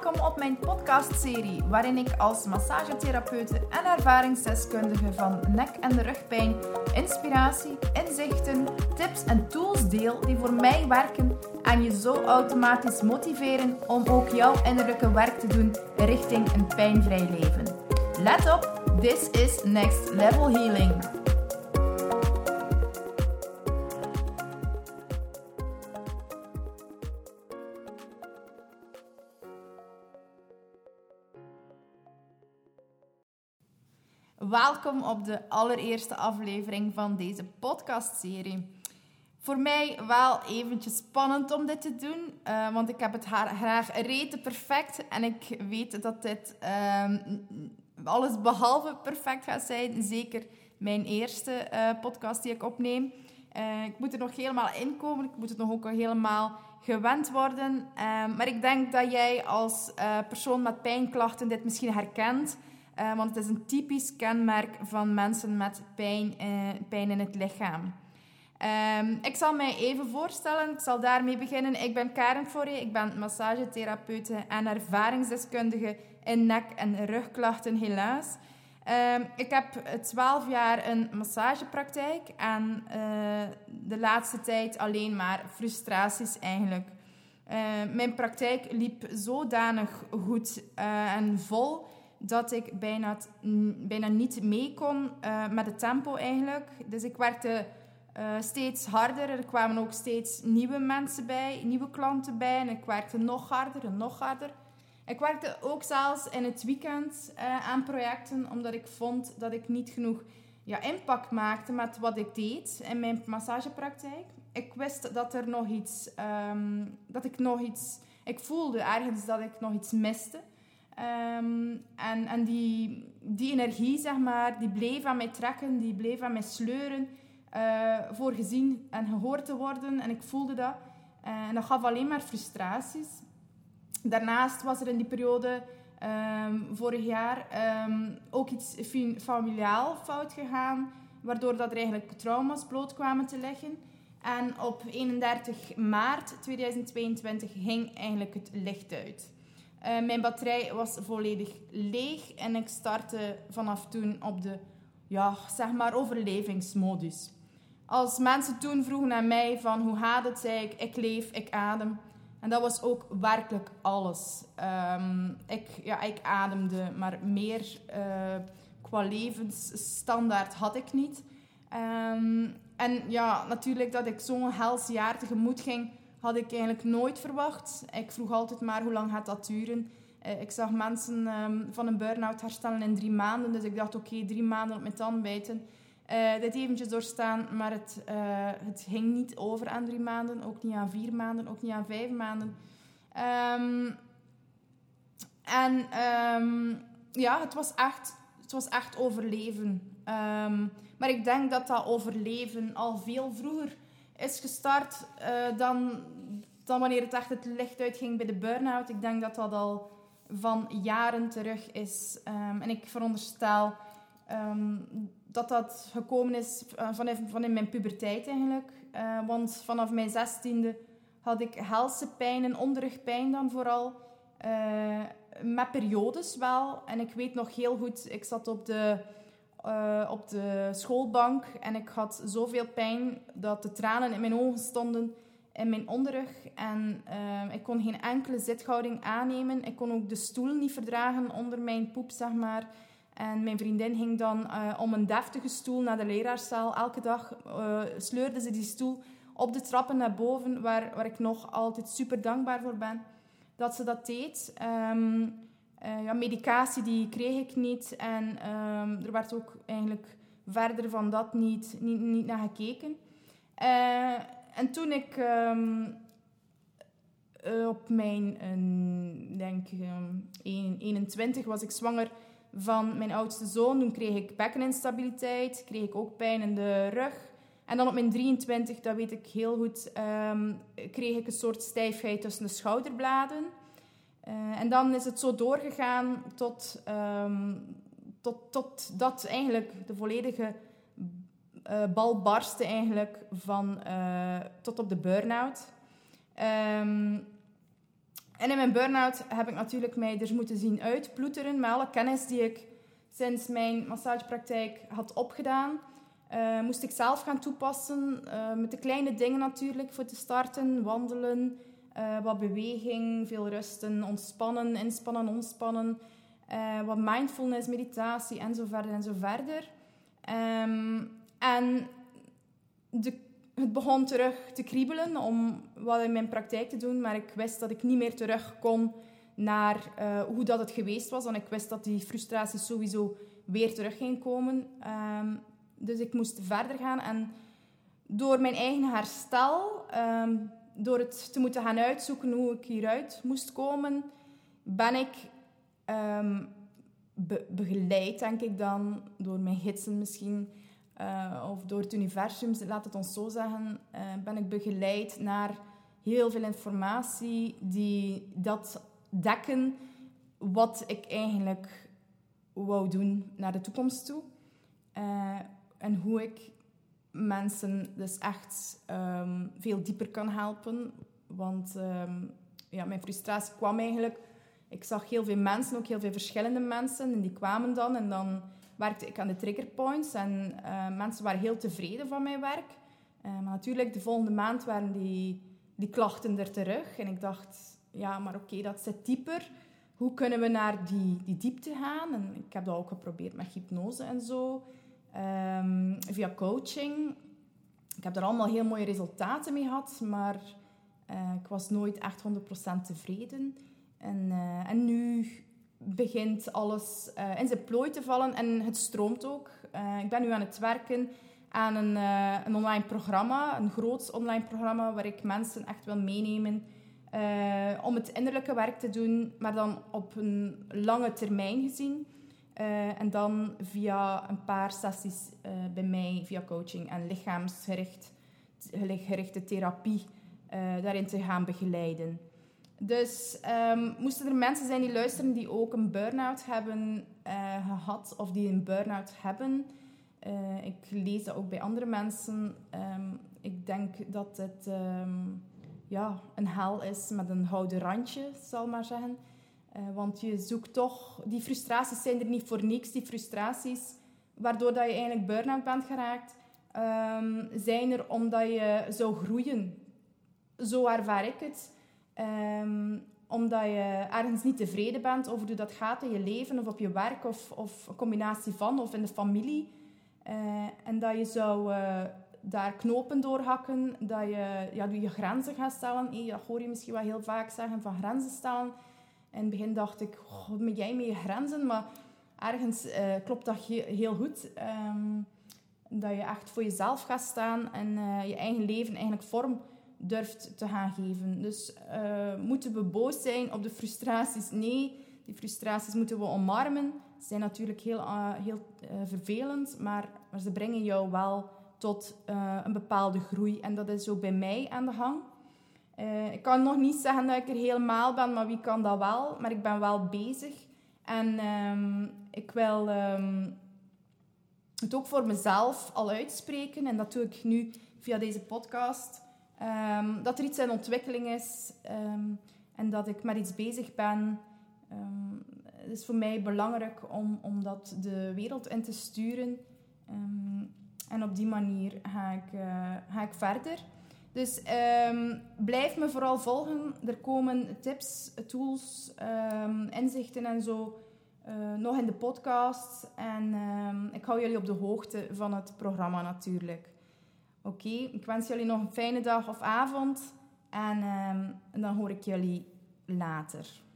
Welkom op mijn podcastserie, waarin ik als massagetherapeute en ervaringsdeskundige van nek- en rugpijn inspiratie, inzichten, tips en tools deel die voor mij werken en je zo automatisch motiveren om ook jouw innerlijke werk te doen richting een pijnvrij leven. Let op, this is Next Level Healing. Welkom op de allereerste aflevering van deze podcastserie. Voor mij wel eventjes spannend om dit te doen, want ik heb het graag rete perfect en ik weet dat dit alles behalve perfect gaat zijn. Zeker mijn eerste podcast die ik opneem. Ik moet er nog helemaal in komen, ik moet het nog ook helemaal gewend worden. Maar ik denk dat jij als persoon met pijnklachten dit misschien herkent. Want het is een typisch kenmerk van mensen met pijn in het lichaam. Ik zal mij even voorstellen, ik zal daarmee beginnen. Ik ben Karen Foré, ik ben massagetherapeute en ervaringsdeskundige in nek- en rugklachten helaas. Ik heb 12 jaar een massagepraktijk en de laatste tijd alleen maar frustraties eigenlijk. Mijn praktijk liep zodanig goed en vol dat ik bijna niet mee kon met het tempo eigenlijk. Dus ik werkte steeds harder. Er kwamen ook steeds nieuwe mensen bij, nieuwe klanten bij. En ik werkte nog harder en nog harder. Ik werkte ook zelfs in het weekend aan projecten, omdat ik vond dat ik niet genoeg impact maakte met wat ik deed in mijn massagepraktijk. Ik wist dat er nog iets... Ik voelde ergens dat ik nog iets miste. En die energie, zeg maar, die bleef aan mij trekken, die bleef aan mij sleuren voor gezien en gehoord te worden. En ik voelde dat. En dat gaf alleen maar frustraties. Daarnaast was er in die periode, vorig jaar, ook iets familiaal fout gegaan, waardoor dat er eigenlijk trauma's bloot kwamen te liggen. En op 31 maart 2022 ging eigenlijk het licht uit. Mijn batterij was volledig leeg en ik startte vanaf toen op de overlevingsmodus. Als mensen toen vroegen aan mij van hoe gaat het, zei ik leef, ik adem. En dat was ook werkelijk alles. Ik ademde, maar meer qua levensstandaard had ik niet. En ja, natuurlijk dat ik zo'n hels jaar tegemoet ging, had ik eigenlijk nooit verwacht. Ik vroeg altijd maar, hoe lang gaat dat duren? Ik zag mensen van een burn-out herstellen in 3 maanden. Dus ik dacht, oké, 3 maanden op mijn tand bijten. Dit eventjes doorstaan, maar het ging niet over aan 3 maanden. Ook niet aan 4 maanden, ook niet aan 5 maanden. Het was echt overleven. Maar ik denk dat overleven al veel vroeger is gestart dan wanneer het echt het licht uitging bij de burn-out. Ik denk dat dat al van jaren terug is. En ik veronderstel dat gekomen is van in mijn puberteit eigenlijk. Want vanaf mijn 16e had ik helse pijn, onderrugpijn dan vooral. Met periodes wel. En ik weet nog heel goed, ik zat op de schoolbank en ik had zoveel pijn dat de tranen in mijn ogen stonden in mijn onderrug. En ik kon geen enkele zithouding aannemen. Ik kon ook de stoel niet verdragen onder mijn poep, zeg maar. En mijn vriendin ging dan om een deftige stoel naar de leraarzaal. Elke dag sleurde ze die stoel op de trappen naar boven, waar ik nog altijd super dankbaar voor ben dat ze dat deed. Medicatie die kreeg ik niet. En er werd ook eigenlijk verder van dat niet naar gekeken. En toen ik op mijn 21 was ik zwanger van mijn oudste zoon. Toen kreeg ik bekkeninstabiliteit, kreeg ik ook pijn in de rug. En dan op mijn 23, dat weet ik heel goed, kreeg ik een soort stijfheid tussen de schouderbladen. En dan is het zo doorgegaan tot dat eigenlijk de volledige bal barstte eigenlijk tot op de burn-out. En in mijn burn-out heb ik natuurlijk mij er moeten zien uitploeteren met alle kennis die ik sinds mijn massagepraktijk had opgedaan. Moest ik zelf gaan toepassen, met de kleine dingen natuurlijk voor te starten. Wandelen, wat beweging, veel rusten, ontspannen, inspannen, ontspannen. Wat mindfulness, meditatie en zo verder en zo verder. En het begon terug te kriebelen om wat in mijn praktijk te doen. Maar ik wist dat ik niet meer terug kon naar hoe dat het geweest was. Want ik wist dat die frustraties sowieso weer terug gingen komen. Dus ik moest verder gaan. En door mijn eigen herstel, door het te moeten gaan uitzoeken hoe ik hieruit moest komen, ben ik begeleid, denk ik dan, door mijn gidsen misschien, of door het universum, laat het ons zo zeggen, ben ik begeleid naar heel veel informatie die dat dekken wat ik eigenlijk wou doen naar de toekomst toe. En hoe ik mensen dus echt veel dieper kan helpen. Want mijn frustratie kwam eigenlijk... Ik zag heel veel mensen, ook heel veel verschillende mensen. En die kwamen dan en dan werkte ik aan de triggerpoints. En mensen waren heel tevreden van mijn werk. Maar natuurlijk, de volgende maand waren die klachten er terug. En ik dacht, ja, maar oké, dat zit dieper. Hoe kunnen we naar die diepte gaan? En ik heb dat ook geprobeerd met hypnose en zo. Via coaching. Ik heb daar allemaal heel mooie resultaten mee gehad. Maar ik was nooit echt 100% tevreden. En nu begint alles in zijn plooi te vallen en het stroomt ook. Ik ben nu aan het werken aan een online programma, een groot online programma, waar ik mensen echt wil meenemen om het innerlijke werk te doen, maar dan op een lange termijn gezien. En dan via een paar sessies bij mij, via coaching en lichaamsgerichte therapie, daarin te gaan begeleiden. Dus moesten er mensen zijn die luisteren die ook een burn-out hebben gehad of die een burn-out hebben. Ik lees dat ook bij andere mensen. Ik denk dat het een hel is met een gouden randje, zal ik maar zeggen. Want je zoekt toch... Die frustraties zijn er niet voor niks. Die frustraties waardoor dat je eigenlijk burn-out bent geraakt, zijn er omdat je zou groeien. Zo ervaar ik het. Omdat je ergens niet tevreden bent over hoe dat gaat in je leven of op je werk of een combinatie van of in de familie. En dat je zou daar knopen doorhakken, dat je grenzen gaat stellen. Dat hoor je misschien wel heel vaak zeggen, van grenzen stellen. In het begin dacht ik, wat ben jij met je grenzen? Maar ergens klopt dat heel goed. Dat je echt voor jezelf gaat staan en je eigen leven eigenlijk vorm durft te gaan geven. Dus moeten we boos zijn op de frustraties? Nee, die frustraties moeten we omarmen. Ze zijn natuurlijk heel vervelend, maar ze brengen jou wel tot een bepaalde groei. En dat is ook bij mij aan de gang. Ik kan nog niet zeggen dat ik er helemaal ben, maar wie kan dat wel? Maar ik ben wel bezig. En ik wil het ook voor mezelf al uitspreken. En dat doe ik nu via deze podcast. Dat er iets in ontwikkeling is en dat ik met iets bezig ben. Het is voor mij belangrijk om dat de wereld in te sturen. En op die manier ga ik verder. Dus blijf me vooral volgen. Er komen tips, tools, inzichten en zo nog in de podcast. En ik hou jullie op de hoogte van het programma natuurlijk. Oké, ik wens jullie nog een fijne dag of avond. En dan hoor ik jullie later.